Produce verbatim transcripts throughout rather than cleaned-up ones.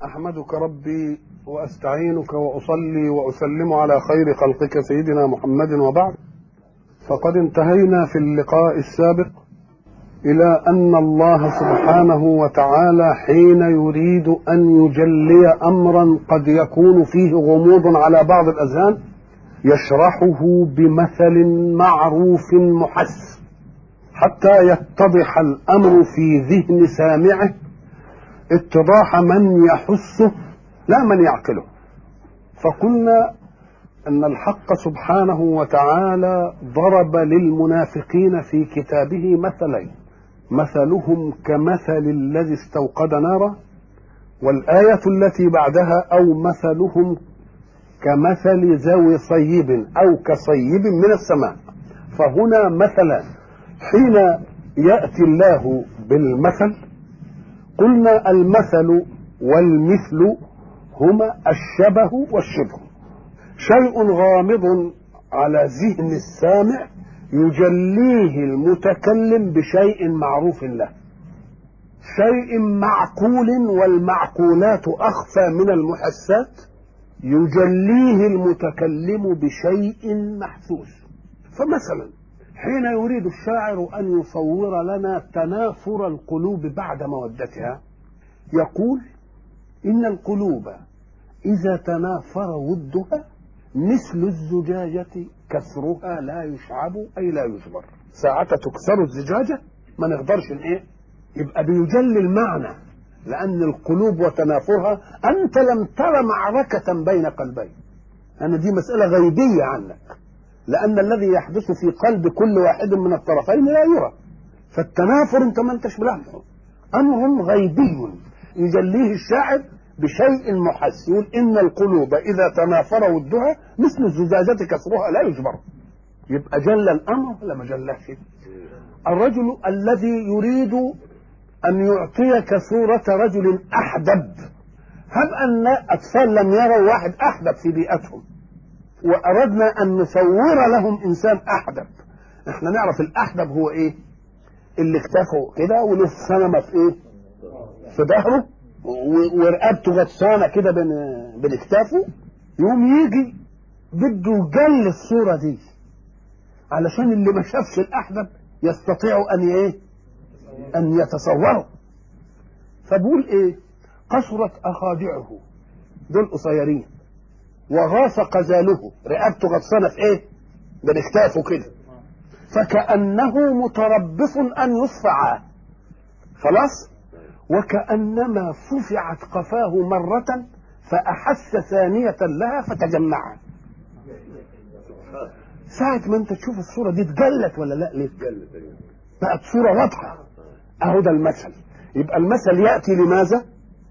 أحمدك ربي وأستعينك وأصلي وأسلم على خير خلقك سيدنا محمد، وبعد. فقد انتهينا في اللقاء السابق إلى أن الله سبحانه وتعالى حين يريد أن يجلي أمرا قد يكون فيه غموض على بعض الأذهان يشرحه بمثل معروف محس حتى يتضح الأمر في ذهن سامعه اتضاح من يحسه لا من يعقله. فقلنا أن الحق سبحانه وتعالى ضرب للمنافقين في كتابه مثلين، مثلهم كمثل الذي استوقد نارا، والآية التي بعدها أو مثلهم كمثل ذوي صيب أو كصيب من السماء. فهنا مثلا حين يأتي الله بالمثل قلنا المثل والمثل هما الشبه والشبه، شيء غامض على ذهن السامع يجليه المتكلم بشيء معروف له، شيء معقول والمعقولات أخفى من المحسات يجليه المتكلم بشيء محسوس. فمثلا حين يريد الشاعر أن يصور لنا تنافر القلوب بعد مودتها يقول إن القلوب إذا تنافر ودها مثل الزجاجة كسرها لا يشعب أي لا يجبر. ساعة تكسر الزجاجة ما نقدرش إيه، يبقى بيجلي المعنى، لأن القلوب وتنافرها أنت لم ترى معركة بين قلبين، أن دي مسألة غيبية عنك، لأن الذي يحدث في قلب كل واحد من الطرفين لا يرى. فالتنافر أنت ما أنتش ملاحظه، أمر غيبي يجليه الشاعر بشيء محس. يقول إن القلوب إذا تنافر ودها مثل الزجاجة كسرها لا يجبر. يبقى جل الأمر ولا ما جلش؟ الرجل الذي يريد أن يعطيك صورة رجل أحدب، هب أن أطفال لم يروا واحد أحدب في بيئتهم وأردنا أن نصور لهم إنسان أحدب، إحنا نعرف الأحدب هو إيه؟ اللي اكتفه كده وله سنمة في إيه؟ في ظهره ورقبته غطسانة كده بين بين اكتافه. يوم يجي بده يجلي الصورة دي علشان اللي ما شافش الأحدب يستطيع أن إيه؟ أن يتصوره. فبقول إيه؟ قصرت أخادعه، دول قصيرين، وغاص قزاله، رقبته غطسانة في إيه؟ بين اكتافه كده، فكأنه متربص أن يصفع، خلاص، وكأنما ففعت قفاه مرة فأحس ثانية لها فتجمع. ساعة ما انت تشوف الصورة دي اتجلت ولا لا؟ ليه اتجلت؟ بقت صورة واضحة. اهو ده المثل. يبقى المثل يأتي لماذا؟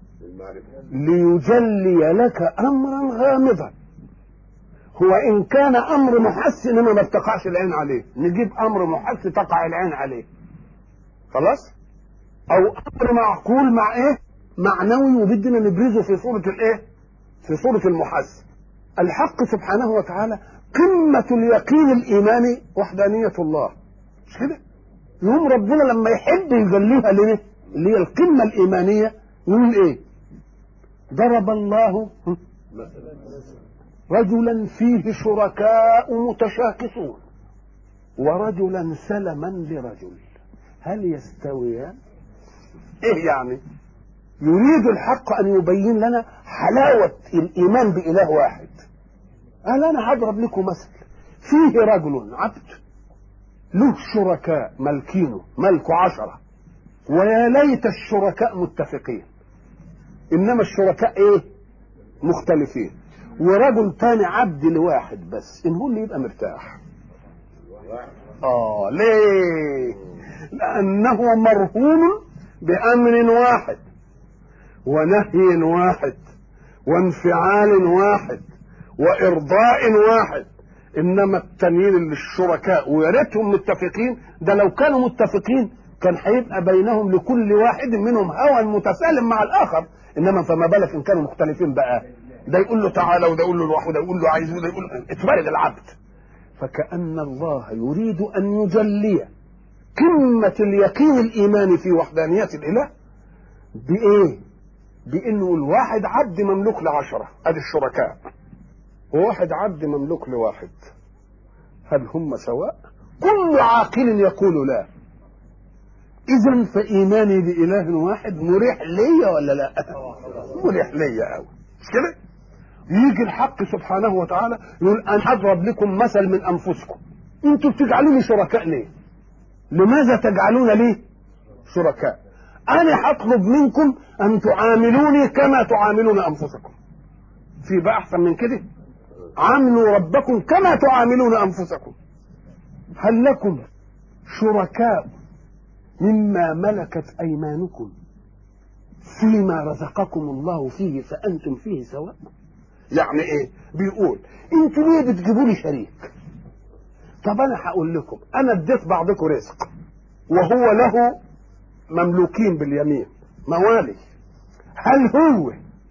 ليجلي لك امرا غامضا، هو ان كان امر محس انما ما بتقعش العين عليه، نجيب امر محس تقع العين عليه، خلاص، او امر معقول مع ايه؟ معنوي، وبدنا نبرزه في صورة الايه؟ في صورة المحس. الحق سبحانه وتعالى قمة اليقين الإيماني وحدانية الله، مش كده؟ يوم ربنا لما يحب يجليها ليه؟ اللي هي القمة الإيمانية، يقول إيه؟ ضرب الله رجلا فيه شركاء متشاكسون ورجلا سلما لرجل هل يستويان؟ إيه يعني؟ يريد الحق أن يبين لنا حلاوة الإيمان بإله واحد. قال أنا هضرب لكم مثل، فيه رجل عبد له شركاء ملكينه، ملكه عشرة، ويا ليت الشركاء متفقين، إنما الشركاء إيه؟ مختلفين. ورجل تاني عبد لواحد بس، إن هو اللي يبقى مرتاح. آه ليه؟ لأنه مرهون بأمر واحد ونهي واحد وانفعال واحد وإرضاء واحد. إنما التانيين اللي الشركاء ويا ريتهم متفقين، ده لو كانوا متفقين كان هيبقى بينهم لكل واحد منهم هوى متسالم مع الآخر، إنما فما بالك إن كانوا مختلفين بقى، ده يقول له تعالى وده يقول له روح وده يقول له عايز وده يقول له اتفرد العبد. فكأن الله يريد أن يجلي قمة اليقين الإيماني في وحدانية الإله بإيه؟ بانه الواحد عبد مملوك لعشرة، ادي الشركاء، وواحد عبد مملوك لواحد، هل هم سواء؟ كل عاقل يقول لا. اذا فايماني باله واحد مريح ليا ولا لا؟ مريح ليا قوي، مش كده؟ يجي الحق سبحانه وتعالى يقول انا هضرب لكم مثل من انفسكم، انتوا بتجعلوني شركاء ليه؟ لماذا تجعلون لي شركاء؟ انا هطلب منكم ان تعاملوني كما تعاملون انفسكم. في بقى احسن من كده؟ عاملوا ربكم كما تعاملون انفسكم. هل لكم شركاء مما ملكت ايمانكم فيما رزقكم الله فيه فانتم فيه سواء؟ يعني ايه؟ بيقول انتوا ليه بتجيبوا لي شريك؟ طب انا هقول لكم، انا اديت بعضكم رزق وهو له مملوكين باليمين موالي، هل هو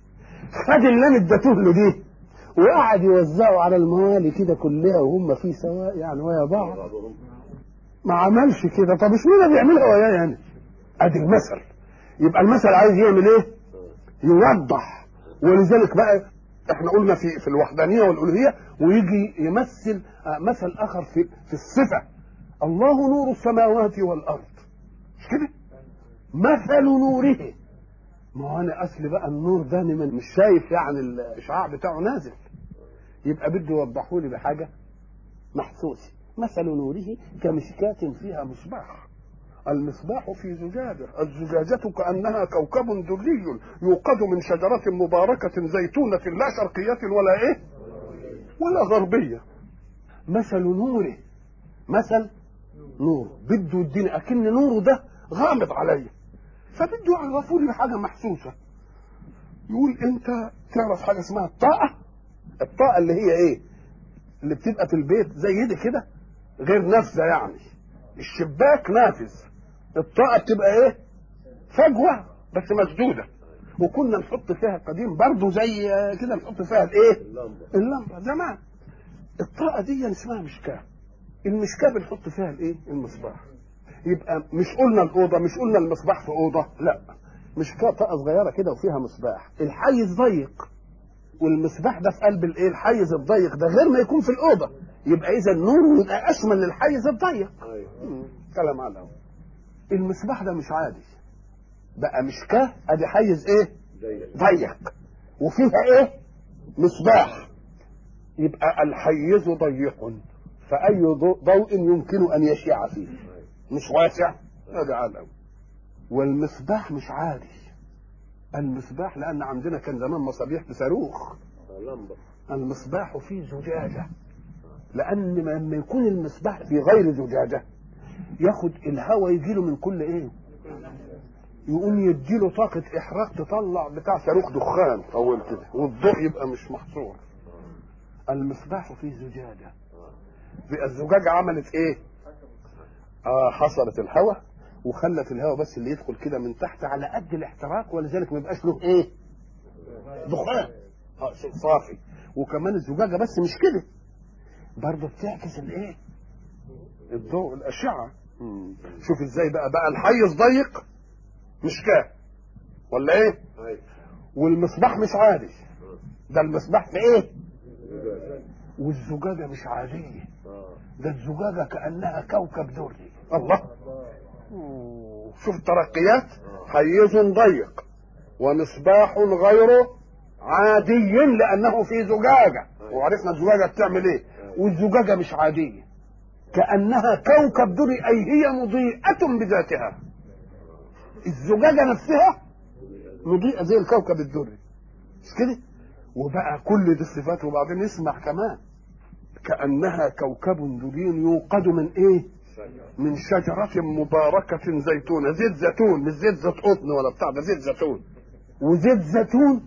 خد اللي انا اديته له دي وقعد يوزعوا على الموالي كده كلها وهم فيه سواء يعني ويا بعض؟ ما عملش كده. طب اشمعنى بيعملها وياي يعني؟ ادي المثل. يبقى المثل عايز يعمل ايه؟ يوضح. ولذلك بقى احنا قلنا في في الوحدانيه والالوهيه، ويجي يمثل مثل اخر في في الصفه. الله نور السماوات والارض، مش كده؟ مثل نوره. ما هو انا اصل بقى النور ده من مش شايف يعني الاشعاع بتاعه نازل، يبقى بده يوضحوا لي بحاجه محسوسه. مثل نوره كمشكاة فيها مصباح، المصباح في زجاجة، الزجاجة كأنها كوكب دري يوقد من شجرة مباركة زيتونة لا شرقية ولا ايه ولا غربية. مثل نوره، مثل نور بده يديني اكن نوره ده غامض عليا، فبده يعرفوا لي حاجة محسوسة. يقول انت تعرف حاجة اسمها الطاقة؟ الطاقة اللي هي ايه؟ اللي بتبقى في البيت زي دي كده، غير نافذة يعني، الشباك نافذ، الطاقة بتبقى ايه؟ فجوة بس مسدودة، وكنا نحط فيها قديم برضو زي كده نحط فيها الايه؟ اللمبة زمان. الطاقة دي اسمها مشكاة، المشكاة بنحط فيها الايه؟ المصباح. يبقى مش قلنا الأوضة، مش قلنا المصباح في أوضة، لا، مشكاة طاقة صغيرة كده وفيها مصباح، الحيز ضيق والمصباح ده في قلب الايه؟ الحيز الضيق ده، غير ما يكون في الأوضة، يبقى إذا النور يبقى أشمل للحيز الضيق. كلام على المصباح ده مش عادي، بقى مشكاه ادي حيز ايه؟ ضيق وفيها ايه؟ مصباح، يبقى الحيز ضيق فاي ضوء يمكن ان يشع فيه، مش واسع، ادي عالم. والمصباح مش عادي، المصباح لان عندنا كان زمان مصابيح بصاروخ، المصباح فيه زجاجه، لان لما يكون المصباح في غير زجاجه ياخد الهواء يجيله من كل ايه؟ يقوم يديله طاقة إحراق تطلع بتاع صاروخ دخان أول كده، والضوء يبقى مش محصور. المصباح فيه زجاجة، الزجاجة عملت إيه؟ آه حصلت الهواء وخلت الهواء بس اللي يدخل كده من تحت على قد الاحتراق، ولذلك ما يبقاش له إيه؟ دخان آه صافي. وكمان الزجاجة بس مش كده، برضه بتعكس الإيه؟ الضوء، الأشعة. مم. شوف إزاي بقى بقى الحيز ضيق مشكاه ولا ايه؟ والمصباح مش عادي، ده المصباح في ايه؟ والزجاجة مش عادية، ده الزجاجة كأنها كوكب دري. الله، شوف الترقيات، حيز ضيق ومصباح غير عادي لأنه في زجاجة، وعرفنا الزجاجة بتعمل ايه، والزجاجة مش عادية كأنها كوكب دري، أي هي مضيئة بذاتها، الزجاجة نفسها مضيئة زي الكوكب الدري، مش كده؟ وبقى كل دي الصفات. وبعدين نسمع كمان كأنها كوكب دري يوقد من ايه؟ من شجرة مباركة زيتونة، زيت زيتون، مش زيت زيت قطن ولا بتاع، ده زيت زيتون، وزيت زيتون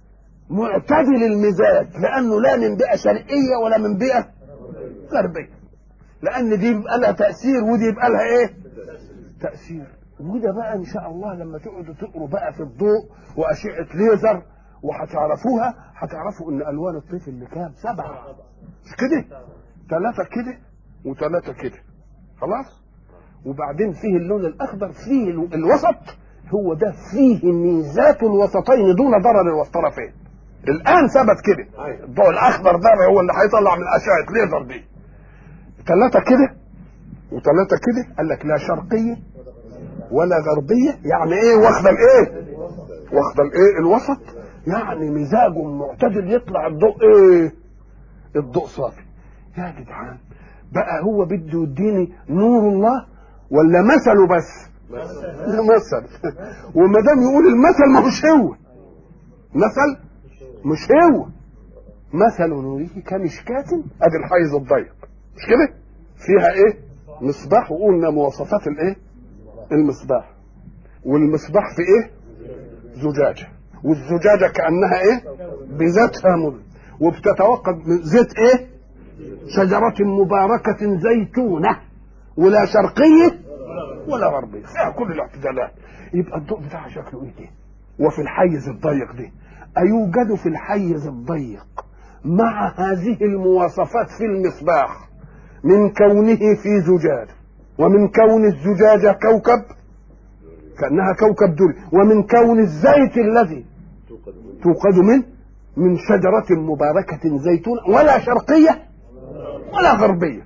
معتدل المزاج، لأنه لا من بيئة شرقية ولا من بيئة غربية، لأن دي يبقى لها تأثير ودي يبقى لها ايه؟ تأثير. وده بقى ان شاء الله لما تقعدوا تقروا بقى في الضوء واشعه ليزر وهتعرفوها، هتعرفوا ان الوان الطيف اللي كام سبعه، مش كده؟ ثلاثه كده وثلاثه كده، خلاص. وبعدين فيه اللون الاخضر، فيه الوسط هو ده فيه ميزات الوسطين دون ضرر الطرفين. الان ثبت كده الضوء الاخضر ده هو اللي هيطلع من اشعه ليزر دي ثلاثه كده وثلاثه كده. قال لك لا شرقيه ولا غربيه، يعني ايه واخده الايه واخده الايه الوسط، يعني مزاج معتدل يطلع الضوء ايه الضوء صافي. يا جدعان بقى هو بده يديني نور الله ولا مثله بس؟ ده مثل. وما دام يقول المثل ما هوش هو مثل مش هو مثل نوره كمشكاة. ادي الحيز الضيق مش كده فيها ايه مصباح، وقلنا مواصفات الايه المصباح. والمصباح في ايه زجاجة، والزجاجة كأنها ايه بذاتها مض وبتتوقد من زيت ايه شجرة مباركة زيتونة ولا شرقية ولا غربية، فيها كل الاعتدالات. يبقى الضوء بتاعها شكله ايه ده؟ وفي الحيز الضيق ده أيوجد في الحيز الضيق مع هذه المواصفات في المصباح من كونه في زجاج، ومن كون الزجاجة كوكب كأنها كوكب دري، ومن كون الزيت الذي توقد منه من شجرة مباركة زيتونة ولا شرقية ولا غربية.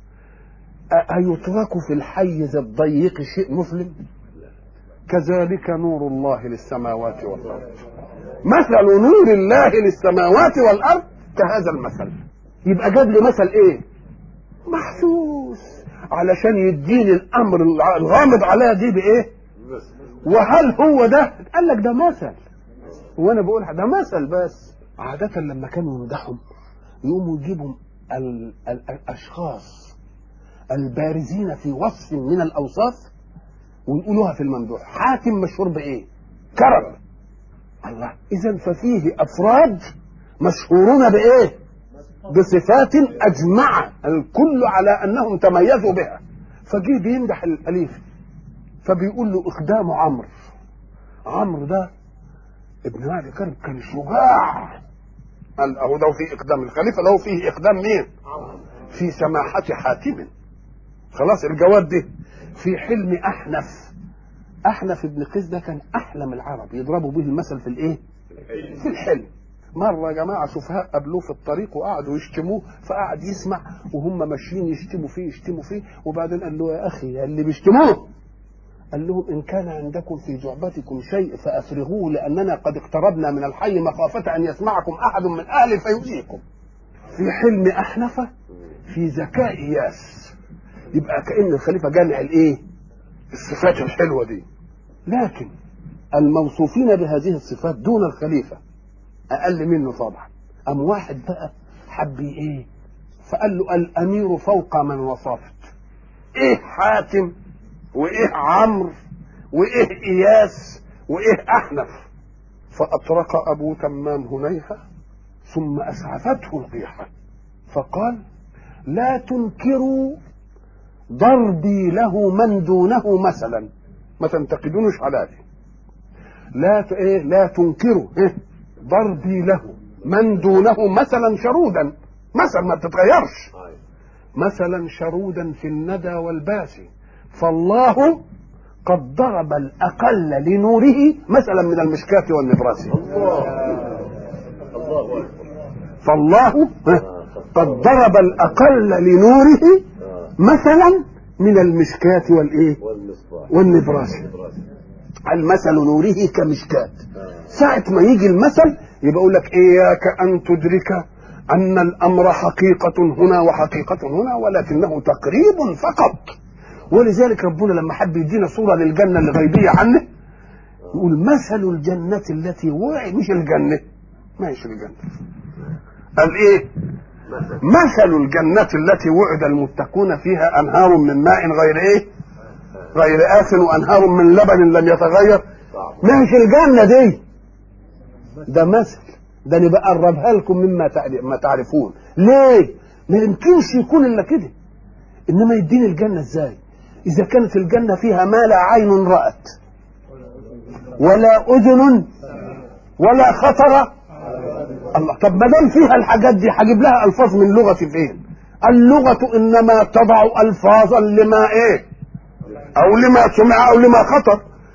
أيترك في الحيز الضيق شيء مسلم؟ كذلك نور الله للسماوات والأرض. مثل نور الله للسماوات والأرض كهذا المثل. يبقى جاب لي مثل ايه محسوس علشان يديني الامر الغامض عليها دي بايه. وهل هو ده؟ قال لك ده مثل، وانا بقول ده مثل بس. عادة لما كانوا يمدحهم يقوموا يجيبوا ال ال الاشخاص البارزين في وصف من الاوصاف ويقولوها في الممدوح. حاتم مشهور بايه؟ كرم. الله، اذا ففيه افراد مشهورون بايه؟ بصفات اجمع الكل على انهم تميزوا بها. فجي بيمدح الاليف فبيقول له اقدام عمرو. عمرو ده ابن معدي كرب كان شجاع. قال اهو ده في اقدام الخليفه، له فيه اقدام مين؟ في سماحه حاتم. خلاص الجواد ده في حلم احنف. احنف ابن قيس ده كان احلم العرب، يضربوا به المثل في الايه؟ في الحلم. مرة جماعة سفهاء قابلوه في الطريق وقعدوا يشتموه، فقعد يسمع وهم ماشيين يشتموا فيه يشتموا فيه وبعدين قال له يا أخي اللي بيشتموه، قال لهم إن كان عندكم في جعبتكم شيء فأفرغوه لأننا قد اقتربنا من الحي مخافة أن يسمعكم أحد من أهله فيؤذيكم. في حلم أحنفة في ذكاء إياس. يبقى كأن الخليفة جامع الإيه؟ الصفات الحلوة دي. لكن الموصوفين بهذه الصفات دون الخليفة اقل منه طبعا. ام واحد بقى حب ايه فقال له الامير فوق من وصفت. ايه حاتم وايه عمرو وايه اياس وايه احنف. فاطرق ابو تمام هنيهة ثم اسعفته القيحة فقال لا تنكروا ضربي له من دونه مثلا، ما تنتقدونش على دي. لا ايه لا تنكروا ايه ضربي له من دونه مثلا شرودا، مثلا ما بتتغيرش، مثلا شرودا في الندى والباسي. فالله قد ضرب الأقل لنوره مثلا من المشكاة والنبراس. فالله قد ضرب الأقل لنوره مثلا من المشكاة والإيه والنبراس. المثل نوره كمشكاة. ساعة ما يجي المثل يبقى يقول لك إياك أن تدرك أن الأمر حقيقة هنا وحقيقة هنا ولكنه تقريب فقط. ولذلك ربنا لما حب يدينا صورة للجنة الغيبية عنه يقول مثل الجنة التي وعد، مش الجنة ما هيش الجنة، قال إيه مثل الجنة التي وعد المتقون فيها أنهار من ماء غير إيه غير آسن وأنهار من لبن لم يتغير. ما هيش الجنة دي، ده مثل، ده انا بقربها لكم مما ما تعرفون. ليه؟ ما يمكنش يكون الا كده. انما يديني الجنه ازاي اذا كانت الجنه فيها ما لا عين رأت ولا اذن ولا خطر. الله، طب ما دام فيها الحاجات دي هجيب لها الفاظ من لغه فين؟ اللغه انما تضع الفاظا لما ايه او لما سمع او لما خطر.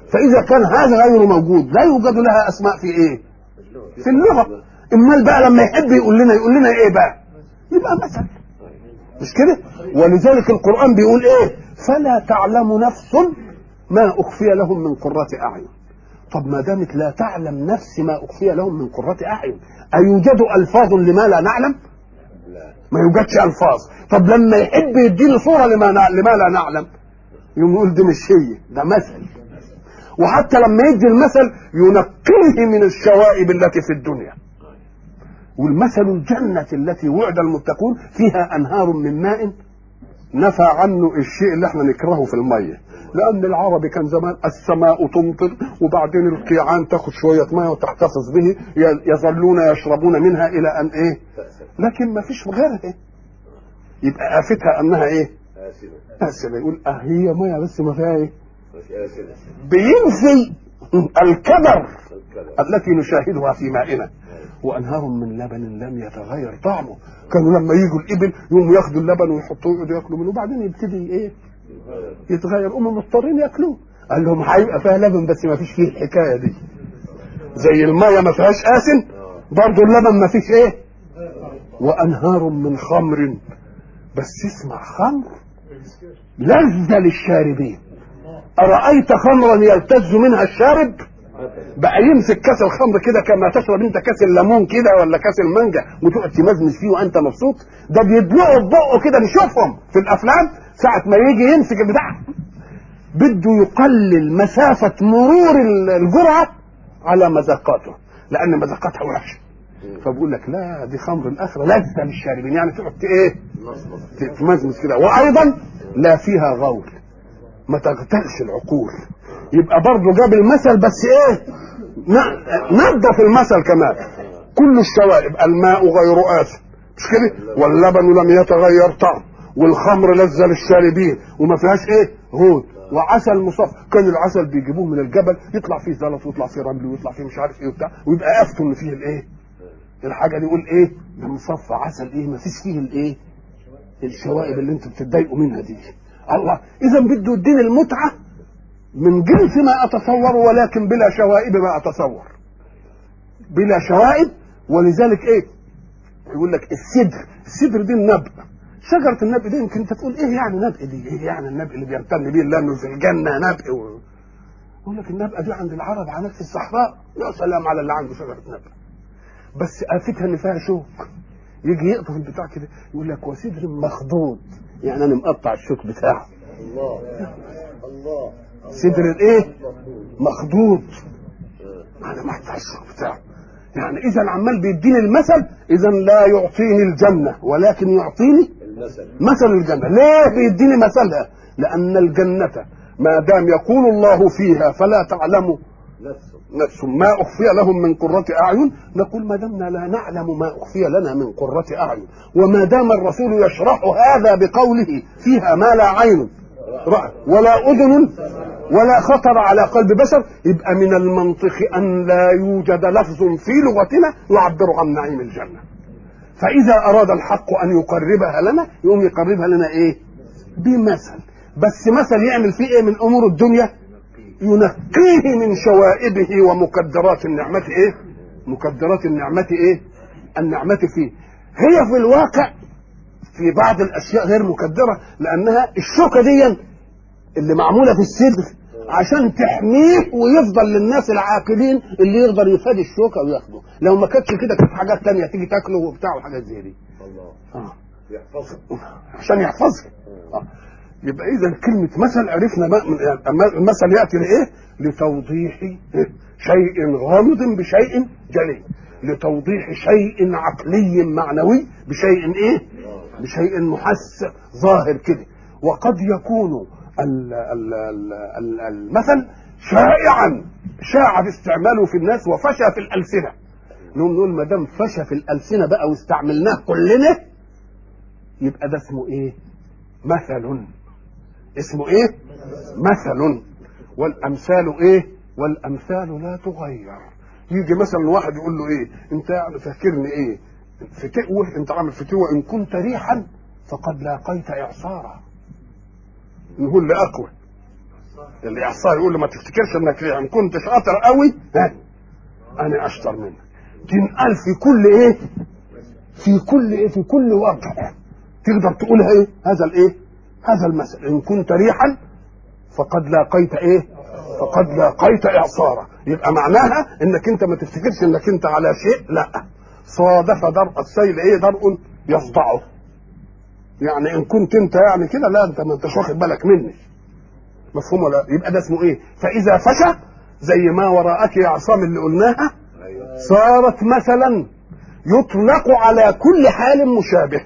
فاذا كان هذا غير موجود لا يوجد لها اسماء في ايه؟ في اللغه. امال بقى لما يحب يقول لنا يقول لنا ايه بقى؟ يبقى مثل، مش كده؟ ولذلك القران بيقول ايه؟ فلا تعلم نفس ما اخفي لهم من قرة اعين. طب ما دامت لا تعلم نفس ما اخفي لهم من قرة اعين، ايوجد الفاظ لما لا نعلم؟ ما يوجدش الفاظ. طب لما يحب يديني صوره لما لما لا نعلم يقوم يقول دي مش هي، ده مثل. وحتى لما يدي المثل ينقيه من الشوائب التي في الدنيا. والمثل الجنة التي وعد المتقون فيها أنهار من ماء نفى عنه الشيء اللي احنا نكرهه في المية، لأن العربي كان زمان السماء تمطر وبعدين القيعان تاخد شوية مية وتحتفظ به يظلون يشربون منها إلى أن إيه، لكن ما فيش غيرها. يبقى آفتها أنها إيه؟ آسنة. يقول أه هي مية بس ما فيها إيه؟ بينفي الكدر التي نشاهدها في مائنا. وانهار من لبن لم يتغير طعمه. كانوا لما يجوا الابل يقوموا ياخدوا اللبن ويحطوه يقعدوا ياكلوا منه وبعدين يبتدي ايه؟ يتغير. هم مضطرين ياكلوه. قال لهم هيبقى فيها لبن بس ما فيش فيه الحكايه دي. زي الميه ما فيهاش آسن برضه اللبن ما فيش ايه؟ وانهار من خمر، بس اسمع خمر لذة للشاربين. أرأيت خمرا يلتز منها الشارب؟ بقى يمسك كاس الخمر كده كما تشرب انت كاس الليمون كده ولا كاس المانجا وتقعد تمزمز فيه وانت مبسوط. ده بيدلقوا ببقه كده، نشوفهم في الافلام ساعه ما يجي يمسك البتاع بده يقلل مسافه مرور الجرعه على مذاقاته لان مذاقاتها وحشه. فبقول لك لا دي خمر الاخره لذة للشاربين، يعني تقعد ايه تمزمز كده. وايضا لا فيها غول، ما تغتالش العقول. يبقى برضه جاب المثل بس ايه؟ نظف المثل كمان. كل الشوائب الماء غير آسن، مش كده؟ واللبن لم يتغير طعم، والخمر لذة للشاربين وما فيهاش ايه؟ غول. وعسل مصفى، كان العسل بيجيبوه من الجبل يطلع فيه زلط ويطلع فيه رمل ويطلع فيه مش عارف ايه وبتاع ويبقى افتوا ان فيه الايه؟ الحاجه دي يقول ايه؟ ده مصفى عسل ايه؟ ما فيش فيه الايه؟ الشوائب اللي انتوا بتتضايقوا منها دي. الله، اذا بده يديني المتعه من جنس ما اتصور ولكن بلا شوائب ما اتصور، بلا شوائب. ولذلك ايه يقول لك السدر، السدر دي النبق، شجره النبق دي يمكن انت تقول ايه يعني نبق دي؟ ايه يعني النبق اللي بيمتن بيه الله انه في الجنه نبق و... يقول لك النبقه دي عند العرب هناك في الصحراء، يا سلام على اللي عنده شجره نبق، بس آفتها ان فيها شوك. يجي يقطف البتاع كده يقول لك وسدر مخضوض، يعني انا مقطع الشوك بتاعه. الله الله، سدر الايه؟ مخضوض، انا مقطع الشوك بتاعه. يعني اذا عمال بيديني المثل، اذا لا يعطيني الجنه ولكن يعطيني مثل الجنه. ليه بيديني مثلها؟ لان الجنه ما دام يقول الله فيها فلا تعلم نفس ما أخفي لهم من قرة أعين، نقول ما دامنا لا نعلم ما أخفي لنا من قرة أعين، وما دام الرسول يشرح هذا بقوله فيها ما لا عين رأى ولا أذن ولا خطر على قلب بشر، يبقى من المنطق أن لا يوجد لفظ في لغتنا يعبر عن نعيم الجنة. فإذا أراد الحق أن يقربها لنا يقوم يقربها لنا إيه؟ بمثل. بس مثل يعمل فيه إيه من أمور الدنيا؟ ينقيه من شوائبه ومكدرات النعمة ايه؟ مكدرات النعمة ايه؟ النعمة فيه. هي في الواقع في بعض الاشياء غير مكدرة، لانها الشوكة دي اللي معمولة في الصدر عشان تحميه ويفضل للناس العاقلين اللي يقدر يفادي الشوكة وياخده. لو ما كانتش كده كانت حاجات تانية تيجي تاكله وبتاع وحاجات زي دي. الله. اه. يحفظها. عشان يحفظها. اه. يبقى اذا كلمه مثل عرفنا المثل ياتي لايه؟ لتوضيح شيء غامض بشيء جلي، لتوضيح شيء عقلي معنوي بشيء ايه؟ بشيء محس ظاهر كده. وقد يكون المثل شائعا، شاع باستعماله في الناس وفشى في الالسنه. نقول نقول ما دام فشى في الالسنه بقى واستعملناه كلنا يبقى ده اسمه ايه؟ مثل. اسمه ايه؟ مثل. والامثال ايه؟ والامثال لا تغير. يجي مثلا واحد يقول له ايه؟ انت يعني فاكرني ايه؟ فتقوه، انت عامل فتوه، ان كنت ريحا فقد لاقيت اعصارا. نقول لاقوى الاعصار يقول له ما تفتكرش انك يعني كنت شاطر قوي، ها انا اشطر منك. تنقل في كل ايه في كل ايه في كل وضع تقدر تقولها ايه هذا الايه هذا المثل، ان كنت ريحا فقد لاقيت ايه فقد لاقيت اعصارا. يبقى معناها انك انت ما تفتكرش انك انت على شيء، لا، صادف درء السيل ايه درء يصدعه. يعني ان كنت انت يعني كده، لا انت ما انتش واخد بالك مني، مفهوم ولا؟ يبقى ده اسمه ايه؟ فاذا فشى زي ما وراءك يا عصام اللي قلناها، صارت مثلا يطلق على كل حال مشابه،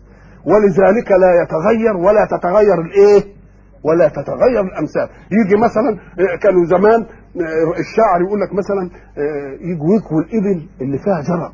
ولذلك لا يتغير ولا تتغير الايه ولا تتغير الامثال. يجي مثلا كانوا زمان الشاعر يقول لك مثلا يجوا يكووا الابل اللي فيها جرب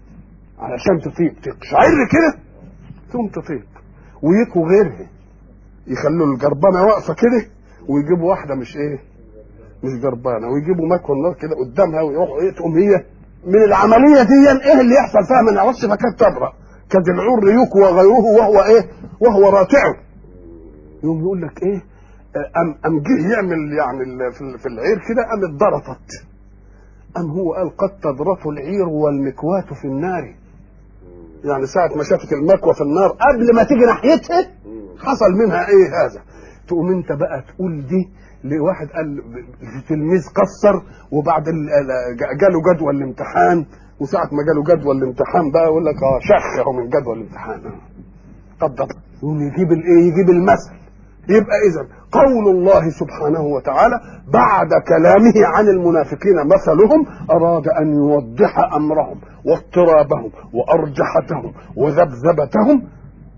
علشان تطيب، تقشعر كده ثم تطيب، ويكوا غيرها يخلوا الجربانه واقفه كده، ويجيبوا واحده مش ايه مش جربانه، ويجيبوا مكوى النار كده قدامها، ويروحوا ايه تقوم هي من العمليه دي ايه اللي يحصل فيها ما نعرفش، فكانت تبرأ كاد العور يكوى غيره وهو ايه وهو راتعه. يقوم يقول لك ايه ام ام جه يعمل يعني في العير كده، ام اتضرطت، ام هو قال قد تضرط العير والمكواة في النار. يعني ساعة ما شافت المكوى في النار قبل ما تيجي ناحيتها حصل منها ايه هذا. تقوم انت بقى تقول دي لواحد قال تلميذ قصر وبعد جاله جدول الامتحان، وساعة ما جاله جدول الامتحان بقى يقول لك اه شخه من جدول الامتحان قدر، يجيب الايه يجيب المثل. يبقى اذا قول الله سبحانه وتعالى بعد كلامه عن المنافقين مثلهم اراد ان يوضح امرهم واضطرابهم وارجحتهم وذبذبتهم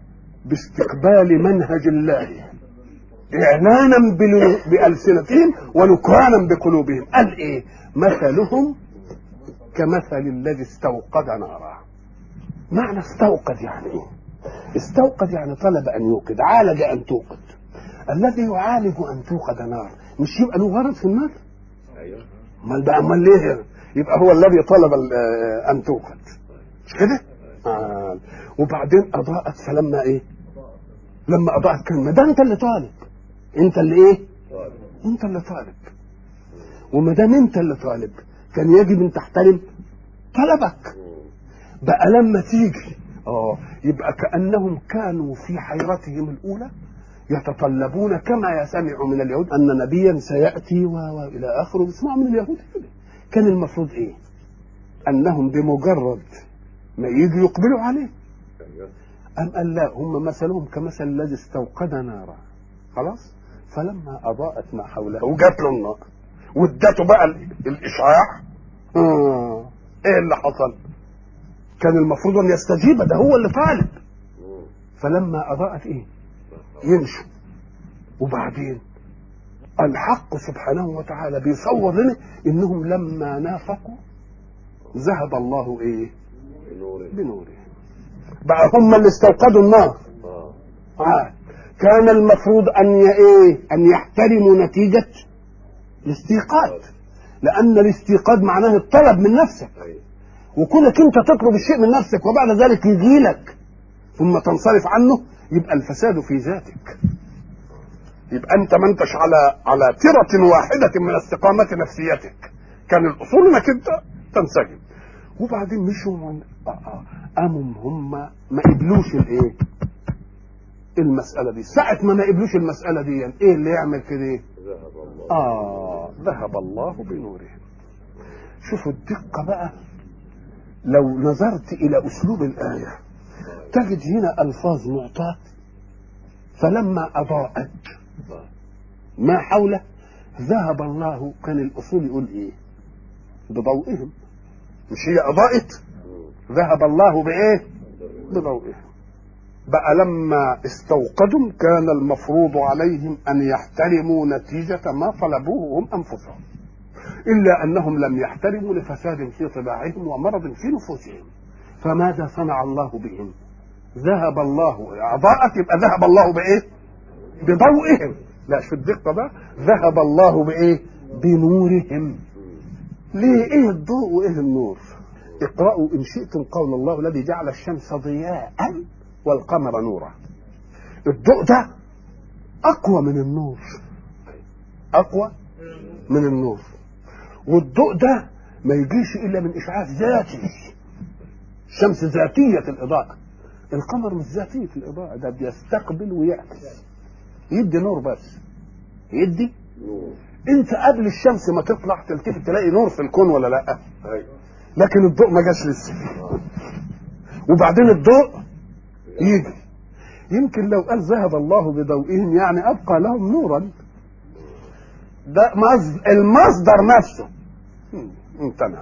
باستقبال منهج الله اعلانا بألسنتهم ونكرانا بقلوبهم. قال ايه؟ مثلهم كمثل الذي استوقد نارا. معنى استوقد يعني ايه؟ استوقد يعني طلب ان يوقد، عالج ان توقد. الذي يعالج ان توقد نار مش يبقى له غرض في النار؟ ايوه. امال بقى امال ليه؟ يبقى هو الذي طلب ان توقد، مش كده؟ آه. وبعدين اضاءت، فلما ايه؟ لما اضاءت كلمه ده انت اللي طالب، انت اللي ايه؟ طالب. انت اللي طالب. وما دام انت اللي طالب كان يجب ان تحترم طلبك. بقى لما تيجي اه يبقى كأنهم كانوا في حيرتهم الاولى يتطلبون كما يسمع من اليهود ان نبيا سياتي والى اخره، بيسمعوا من اليهود كده. كان المفروض ايه؟ انهم بمجرد ما يجوا يقبلوا عليه. ام قال لا، هم مثلهم كمثل الذي استوقد نارا، خلاص. فلما اضاءت ما حوله وجات له النار وادته بقى الاشعاع، آه. ايه اللي حصل؟ كان المفروض ان يستجيب، ده هو اللي طالب. فلما اضاءت ايه؟ يمشوا. وبعدين الحق سبحانه وتعالى بيصور لنا انهم لما نافقوا ذهب الله ايه؟ بنوره. بقى هم اللي استوقدوا النار. آه. كان المفروض ان ايه؟ ان يحترموا نتيجة الاستيقاظ، لان الاستيقاظ معناه الطلب من نفسك، وكونك انت تطلب الشيء من نفسك وبعد ذلك يجي لك ثم تنصرف عنه، يبقى الفساد في ذاتك. يبقى انت ما انتش على على ترة واحدة من استقامة نفسيتك. كان الاصول انك انت تنسجم. وبعدين مشوا من قاموا هم ما قبلوش الايه؟ المسألة دي. ساعة ما ما قبلوش المسألة دي يعني ايه اللي يعمل كده؟ ذهب الله. اه ذهب الله بنورهم. شوفوا الدقة بقى، لو نظرت الى اسلوب الآية تجد هنا الفاظ معطاة. فلما اضاءت ما حوله ذهب الله، كان الاصول يقول ايه؟ بضوئهم. مش هي اضاءت؟ ذهب الله بايه؟ بضوئهم. بقى لما استوقدوا كان المفروض عليهم ان يحترموا نتيجة ما طلبوه هم انفسهم، الا انهم لم يحترموا لفساد في طباعهم ومرض في نفوسهم. فماذا صنع الله بهم؟ ذهب الله. اضاءت يبقى ذهب الله بايه؟ بضوئهم. لا شو الدقة بقى؟ ذهب الله بايه؟ بنورهم. ليه؟ ايه الضوء وايه النور؟ اقرأوا ان شئتم قول الله الذي جعل الشمس ضياء والقمر نورا. الضوء ده اقوى من النور. اقوى من النور. والضوء ده ما يجيش الا من اشعاع ذاتي. الشمس ذاتيه الاضاءه، القمر مش ذاتيه الاضاءه، ده بيستقبل ويعكس، يدي نور بس، يدي نور. انت قبل الشمس ما تطلع تلتفت تلاقي نور في الكون ولا لا؟ لكن الضوء ما جاش لسه. وبعدين الضوء يجي. يمكن لو قال ذهب الله بضوئهم يعني ابقى لهم نورا، ده المصدر نفسه امتنع.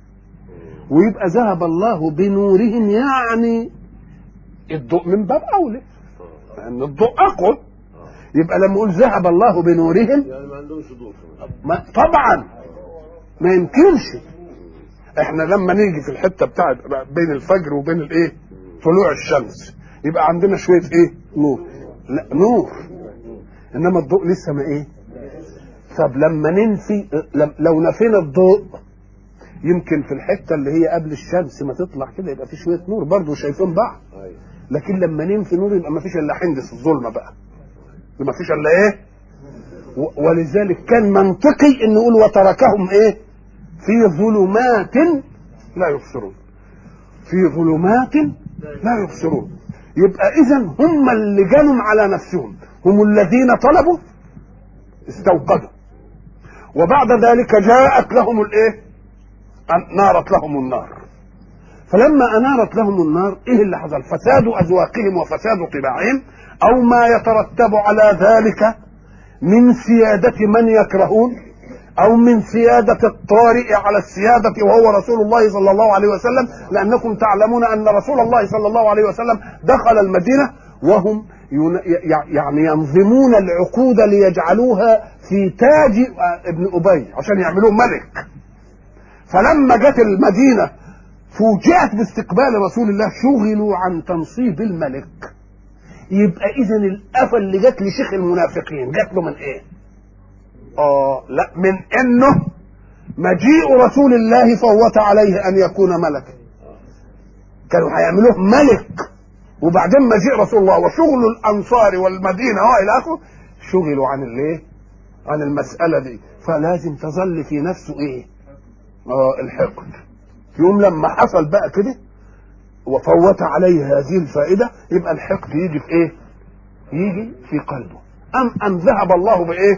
ويبقى ذهب الله بنورهم يعني الضوء من باب اولى، لان الضوء اقوى. يبقى لما اقول ذهب الله بنورهم يعني ما عندهمش ضوء طبعا ما يمكنش. احنا لما نيجي في الحته بتاعت بين الفجر وبين الايه طلوع الشمس يبقى عندنا شويه ايه نور، لا نور، انما الضوء لسه ما ايه. طب لما ننفي، لو نفينا الضوء يمكن في الحته اللي هي قبل الشمس ما تطلع كده يبقى في شويه نور برضه شايفين بعض، لكن لما ننفي نور يبقى ما فيش الا حندس الظلمه بقى، ما فيش الا ايه. ولذلك كان منطقي ان نقول وتركهم ايه في ظلمات لا يبصرون، في ظلمات لا يبصرون. يبقى اذا هم اللي جنوا على نفسهم، هم الذين طلبوا استوقدوا، وبعد ذلك جاءت لهم الايه نارت لهم النار. فلما انارت لهم النار ايه اللي حصل؟ فساد اذواقهم وفساد طباعهم، او ما يترتب على ذلك من سيادة من يكرهون، او من سيادة الطارئ على السيادة وهو رسول الله صلى الله عليه وسلم. لانكم تعلمون ان رسول الله صلى الله عليه وسلم دخل المدينة وهم يعني ينظمون العقود ليجعلوها في تاج ابن أبي عشان يعملوه ملك. فلما جت المدينة فوجئت باستقبال رسول الله، شغلوا عن تنصيب الملك. يبقى اذا الافه اللي جت لشيخ المنافقين جت له من ايه؟ اه لا، من انه مجيء رسول الله فوت عليه ان يكون ملكا. كانوا هيعملوه ملك، وبعدين مجيء رسول الله وشغل الانصار والمدينه والى اخره شغلوا عن الايه؟ عن المساله دي. فلازم تظل في نفسه ايه؟ اه الحقد. يوم لما حصل بقى كده وفوت عليه هذه الفائدة يبقى الحقد يجي في ايه؟ يجي في قلبه. ام ام ذهب الله بايه؟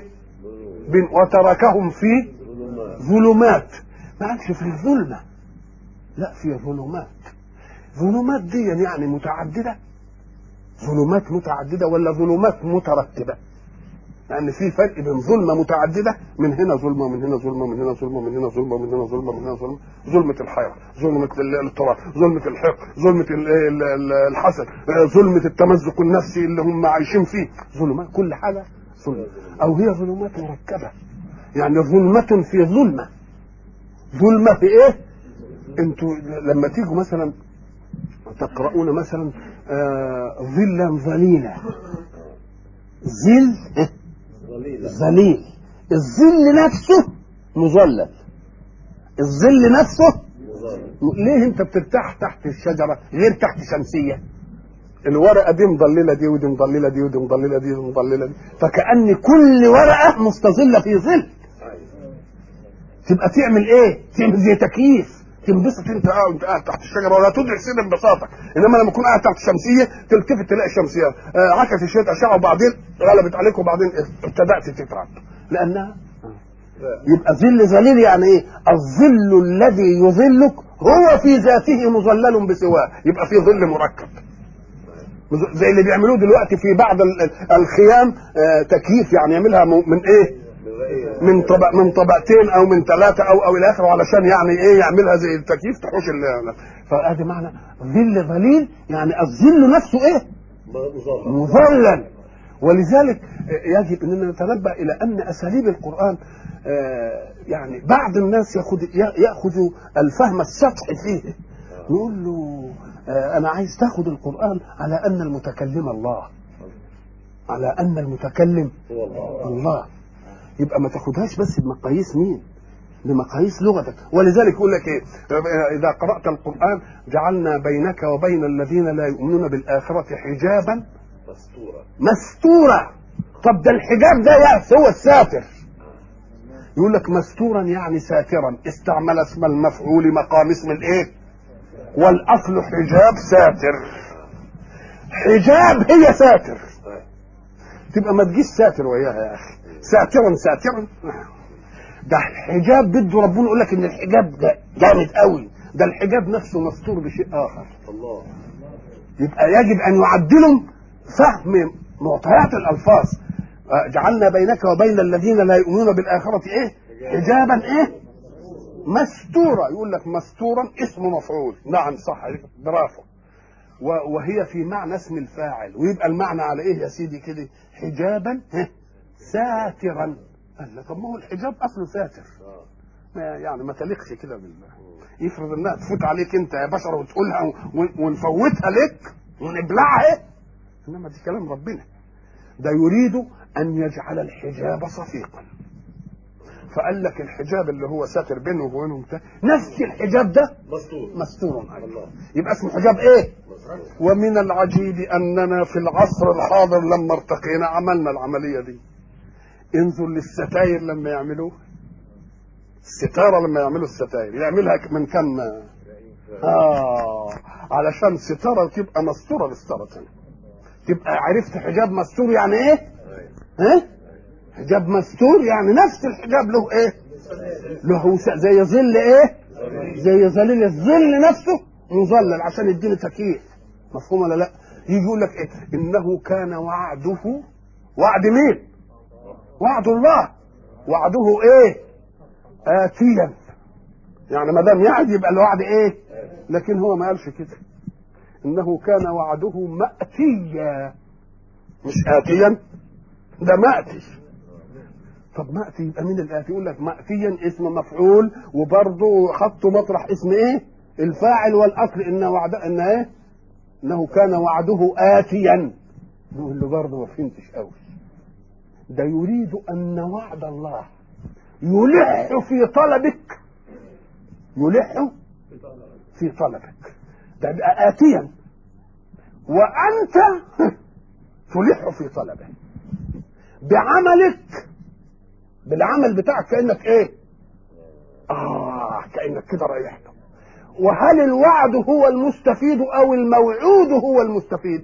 وتركهم في ظلمات. ما قالش في ظلمة، لا في ظلمات. ظلمات دي يعني متعددة، ظلمات متعددة ولا ظلمات مترتبة؟ لأن يعني في فرق بين ظلمة متعددة، من هنا ظلمة ومن هنا ظلمة ومن هنا ظلمة ومن هنا ظلمة ومن هنا ظلمة ومن هنا ظلمة. ظلمة الحيرة، ظلمة الاضطراب، ظلمة الحقد، ظلمة الحسد، ظلمة التمزق النفسي اللي هم عايشين فيه. ظلمات، كل حاجة ظلمة. أو هي ظلمات مركبة، يعني ظلمة في ظلمة. ظلمة في إيه؟ أنتوا لما تيجوا مثلا تقرؤون مثلا آه ظلا ظليلا، ظل ظليل، الظل نفسه مظلل، الظل نفسه ليه انت بترتاح تحت الشجره غير تحت شمسيه؟ الورقه دي مضلله دي ودي مضلله دي ودي مضلله دي ودي مضلله دي، فكأن كل ورقه مستظله في ظل. تبقى تعمل ايه؟ تعمل زي تكييف، تنبسط انت قاعد قاعد تحت الشجره ولا تدرك سن انبساطك. انما لما تكون قاعد تحت شمسيه تلتفت تلاقي الشمسيه آه عكت شويه اشعه وبعدين غلبت عليك وبعدين ابتدات تتعب لانها. يبقى ظل ظليل يعني ايه؟ الظل الذي يظلك هو في ذاته مظلل بسواه، يبقى في ظل مركب زي اللي بيعملوه دلوقتي في بعض الخيام آه تكييف، يعني يعملها من ايه؟ من طبق من طبقتين او من ثلاثه او او الى اخره، علشان يعني ايه يعملها زي التكييف تحوش. فادي معنى ظل ظليل، يعني الظل نفسه ايه؟ مظلل. ولذلك يجب اننا نتنبه الى ان اساليب القران يعني بعض الناس ياخذ ياخذ الفهم السطحي فيه. نقول له انا عايز تاخذ القران على ان المتكلم الله، على ان المتكلم الله، يبقى ما تاخدهاش بس بمقاييس مين؟ بمقاييس لغتك. ولذلك يقول لك ايه؟ اذا قرأت القرآن جعلنا بينك وبين الذين لا يؤمنون بالآخرة حجابا مستورا. مستورا. طب ده الحجاب ده يأس هو الساتر، يقول لك مستورا يعني ساترا، استعمل اسم المفعول مقام اسم الايه؟ والاصل حجاب ساتر. حجاب هي ساتر، تبقى ما تجيش ساتر وياها يا اخي. ساترا ساترا ده الحجاب بده ربنا يقول لك ان الحجاب ده جامد قوي، ده الحجاب نفسه مستور بشيء اخر. الله. يبقى يجب ان يعدلهم فهم معطيات الالفاظ. جعلنا بينك وبين الذين لا يؤمنون بالاخره ايه؟ حجابا ايه؟ مستورا. يقول لك مستورا اسم مفعول، نعم صح، برافو. وهي في معنى اسم الفاعل، ويبقى المعنى على ايه يا سيدي كده؟ حجابا ساترا. قال لك طب ما هو الحجاب اصله ساتر، يعني ما تليقش كده بالله. يفرض انها تفوت عليك انت يا بشر وتقولها ونفوتها لك ونبلعها، انما دي كلام ربنا. ده يريد ان يجعل الحجاب صفيقا، فقال لك الحجاب اللي هو ساتر بينه وبينهم نفس الحجاب ده مستور مستور الله، يبقى اسمه حجاب ايه؟ ومن العجيب اننا في العصر الحاضر لما ارتقينا عملنا العمليه دي. انظر للستاير لما يعملوه، الستاره لما يعملوا الستاير يعملها من كم اه علشان ستاره تبقى مستوره للستاره، تبقى عرفت حجاب مستور يعني ايه؟ ها؟ حجاب مستور يعني نفس الحجاب له ايه؟ له زي ظل ايه؟ زي ظليل الظل نفسه مظلل عشان يديني تكييف. مفهوم ولا لا؟ يجي يقول لك ايه؟ انه كان وعده، وعد مين؟ وعد الله. وعده ايه؟ آتيا. يعني ما دام يعد يبقى الوعد ايه؟ لكن هو ما قالش كده، انه كان وعده مأتيا مش آتيا، ده مأتي. طب مأتي يبقى مين الآتي؟ يقول لك مأتيا اسم مفعول، وبرضه خطه مطرح اسم ايه؟ الفاعل، والاصل ان وعد ان ايه؟ انه كان وعده آتيا. نقول له برضه ما فهمتش قوي. ده يريد ان وعد الله يلح في طلبك، يلح في طلبك، ده يبقى آتيا وأنت تلح في طلبه بعملك، بالعمل بتاعك كأنك ايه؟ آه كأنك كده ريحته. وهل الوعد هو المستفيد أو الموعود هو المستفيد؟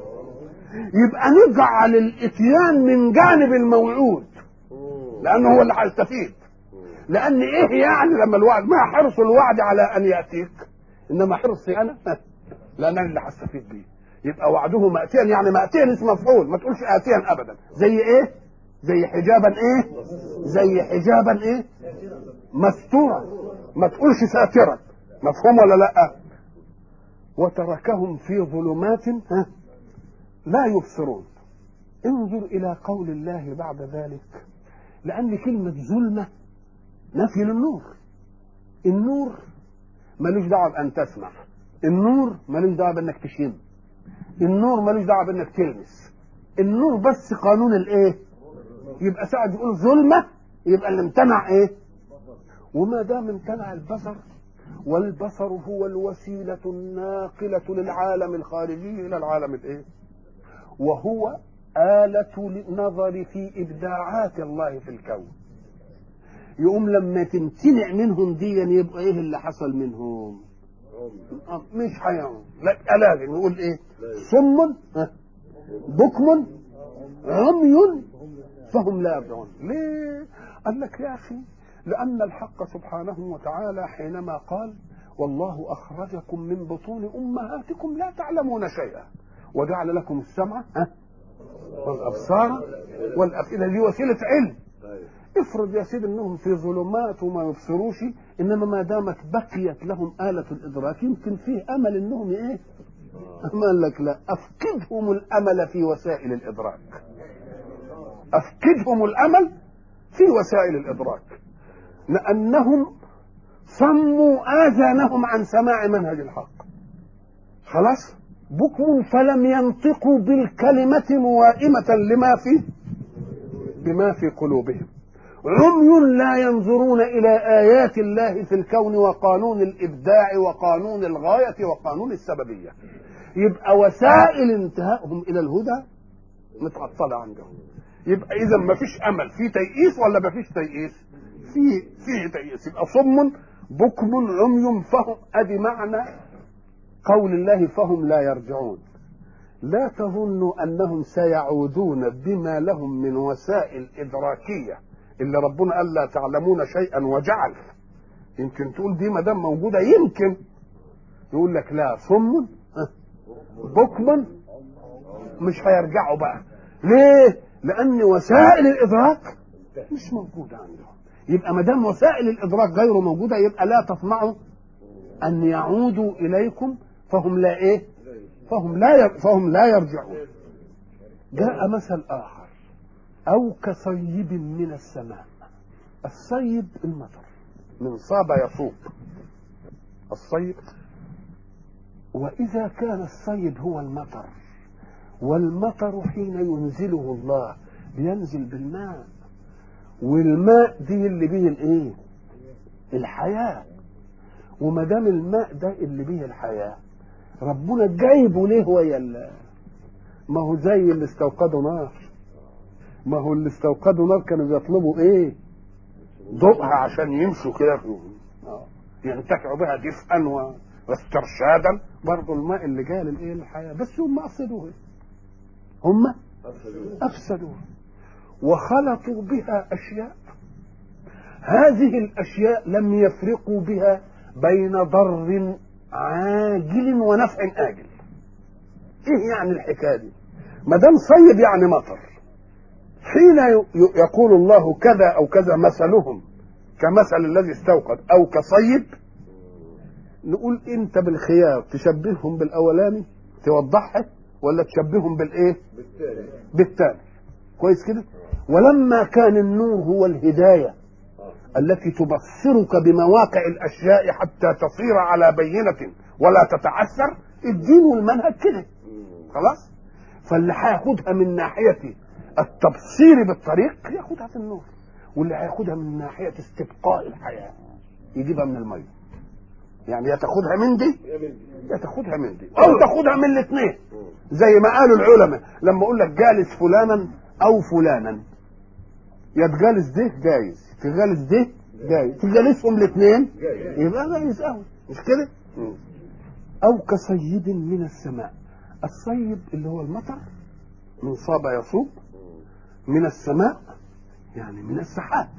يبقى نجعل الاتيان من جانب الموعود، لأنه هو اللي هيستفيد. لأن إيه يعني لما الوعد ما حرص الوعد على أن يأتيك، إنما حرصي أنا لأن أنا اللي هستفيد بيه. يبقى وعده مأتيا، يعني مأتيا اسم مفعول، ما تقولش آتيا أبدا. زي إيه؟ زي حجابا إيه؟ زي حجابا إيه؟ مستورا، ما تقولش ساترا. مفهوم ولا لأ؟ وتركهم في ظلمات لا يبصرون. انظر إلى قول الله بعد ذلك، لأن كلمة ظلمة نفي للنور. النور ملوش دعوة بأن تسمع، النور ملوش دعوة بأنك تشم، النور ملوش دعوة بأنك تلمس، النور بس قانون الايه؟ يبقى ساعة يقول ظلمة يبقى اللي امتنع ايه؟ وما دام امتنع البصر، والبصر هو الوسيلة الناقلة للعالم الخارجي إلى العالم الايه؟ وهو آلة النظر في إبداعات الله في الكون. يقوم لما تمتنع منهم دي يبقى ايه اللي حصل منهم؟ مش حيوان، لا لازم يقول ايه؟ صم بكم عمي فهم لا يرجعون. ليه؟ قال لك يا اخي لان الحق سبحانه وتعالى حينما قال والله اخرجكم من بطون امهاتكم لا تعلمون شيئا وجعل لكم السمع والابصار والافئده، دي وسيله علم. افرض يا سيدي انهم في ظلمات وما يبصروش، انما ما دامت بقيت لهم آلة الادراك يمكن فيه امل انهم ايه؟ قال لك لا، افقدهم الامل في وسائل الادراك، افقدهم الامل في وسائل الادراك، لانهم صموا اذانهم عن سماع منهج الحق. خلاص بكم فلم ينطقوا بالكلمة موائمة لما في بما في قلوبهم، عمي لا ينظرون إلى آيات الله في الكون وقانون الإبداع وقانون الغاية وقانون السببية. يبقى وسائل انتهائهم إلى الهدى متعطلة عندهم. يبقى إذا ما فيش أمل، في تيئيس ولا ما فيش تيئيس؟ فيه فيه تيئيس. يبقى صم بكم عمي فهم، ادي معنى قول الله فهم لا يرجعون. لا تظنوا انهم سيعودون بما لهم من وسائل ادراكيه اللي ربنا قال لا تعلمون شيئا وجعل. يمكن تقول دي ما دام موجوده يمكن، يقول لك لا، صم بكم مش هيرجعوا بقى. ليه؟ لان وسائل الادراك مش موجوده عندهم. يبقى ما دام وسائل الادراك غير موجوده يبقى لا تطمعوا ان يعودوا اليكم فهم لا ايه فهم لا فهم لا يرجعون. جاء مثل اخر، او كصيب من السماء. الصيب المطر، من صاب يصوب الصيب. واذا كان الصيب هو المطر، والمطر حين ينزله الله بينزل بالماء، والماء دي اللي به الايه الحياه. وما دام الماء ده اللي به الحياه ربنا جايبه ليه ويا ما هو زي اللي استوقدوا نار. ما هو اللي استوقدوا نار كانوا بيطلبوا ايه؟ ضوءها عشان يمشوا كده ينتفعوا بها دفئا واسترشادا. برضه الماء اللي جاي للايه الحياه، بس هم افسدوه. هم افسدوه وخلطوا بها اشياء. هذه الاشياء لم يفرقوا بها بين ضر عاجل ونفع آجل. ايه يعني الحكايه دي؟ ما دام صيب يعني مطر، حين يقول الله كذا او كذا مثلهم كمثل الذي استوقد او كصيب، نقول انت بالخيار تشبههم بالاولاني توضحها ولا تشبههم بالايه بالتالي. كويس كده. ولما كان النور هو الهدايه التي تبصرك بمواقع الاشياء حتى تصير على بينه ولا تتعثر، الدين والمنهج كده خلاص. فاللي هياخدها من ناحيه التبصير بالطريق ياخدها في النور، واللي هياخدها من ناحيه استبقاء الحياه يجيبها من الميه. يعني يا تاخدها من دي يا تاخدها من دي، او تاخدها من الاثنين زي ما قالوا العلماء. لما اقول لك جالس فلانا او فلانا، يا تجالس ده جايز، تجالس ده جايز، تجالسهم الاثنين يبقى جايز قوي، مش كده؟ او كصيب من السماء. الصيب اللي هو المطر، من صاب يصوب، من السماء يعني من السحاب،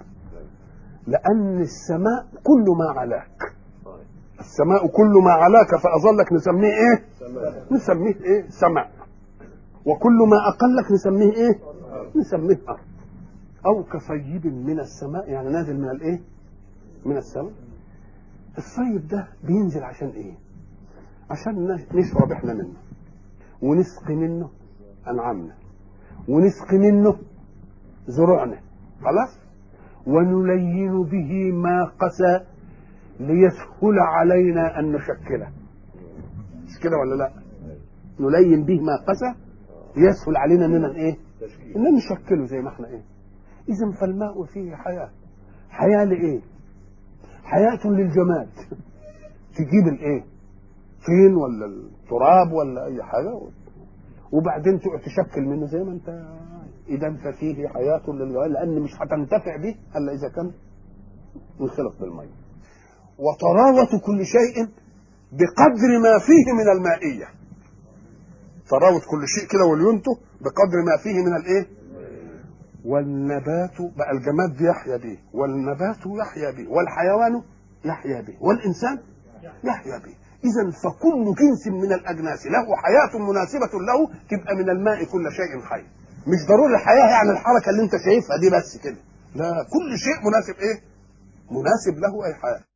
لان السماء كل ما علاك. السماء كل ما علاك فاظلك نسميه ايه؟ نسميه ايه؟ سماء. وكل ما اقلك نسميه ايه؟ نسميه ارض. او كصيب من السماء يعني نازل من الايه؟ من السماء. الصيب ده بينزل عشان ايه؟ عشان نشرب احنا منه، ونسقي منه انعامنا، ونسقي منه زروعنا، خلاص. ونلين به ما قسى ليسهل علينا ان نشكله. مش كده ولا لا؟ نلين به ما قسى ليسهل علينا اننا ايه؟ اننا نشكله زي ما احنا ايه. اذا فالماء فيه حياه. حياه لايه؟ حياه للجماد، تجيب الايه؟ طين ولا التراب ولا اي حاجه، وبعدين تقعد تشكل منه زي ما انت. اذا ففيه حياه للجماد، لان مش هتنتفع به الا اذا كان انخلط بالميه. وطراوه كل شيء بقدر ما فيه من المائيه. طراوه كل شيء كده ولينته بقدر ما فيه من الايه؟ والنبات بقى الجماد يحيا به، والنبات يحيا به، والحيوان يحيا به، والانسان يحيا به. اذا فكل جنس من الاجناس له حياه مناسبه له، تبقى من الماء كل شيء حي. مش ضروري الحياه يعني الحركه اللي انت شايفها دي بس كده، لا، كل شيء مناسب ايه؟ مناسب له اي حياه.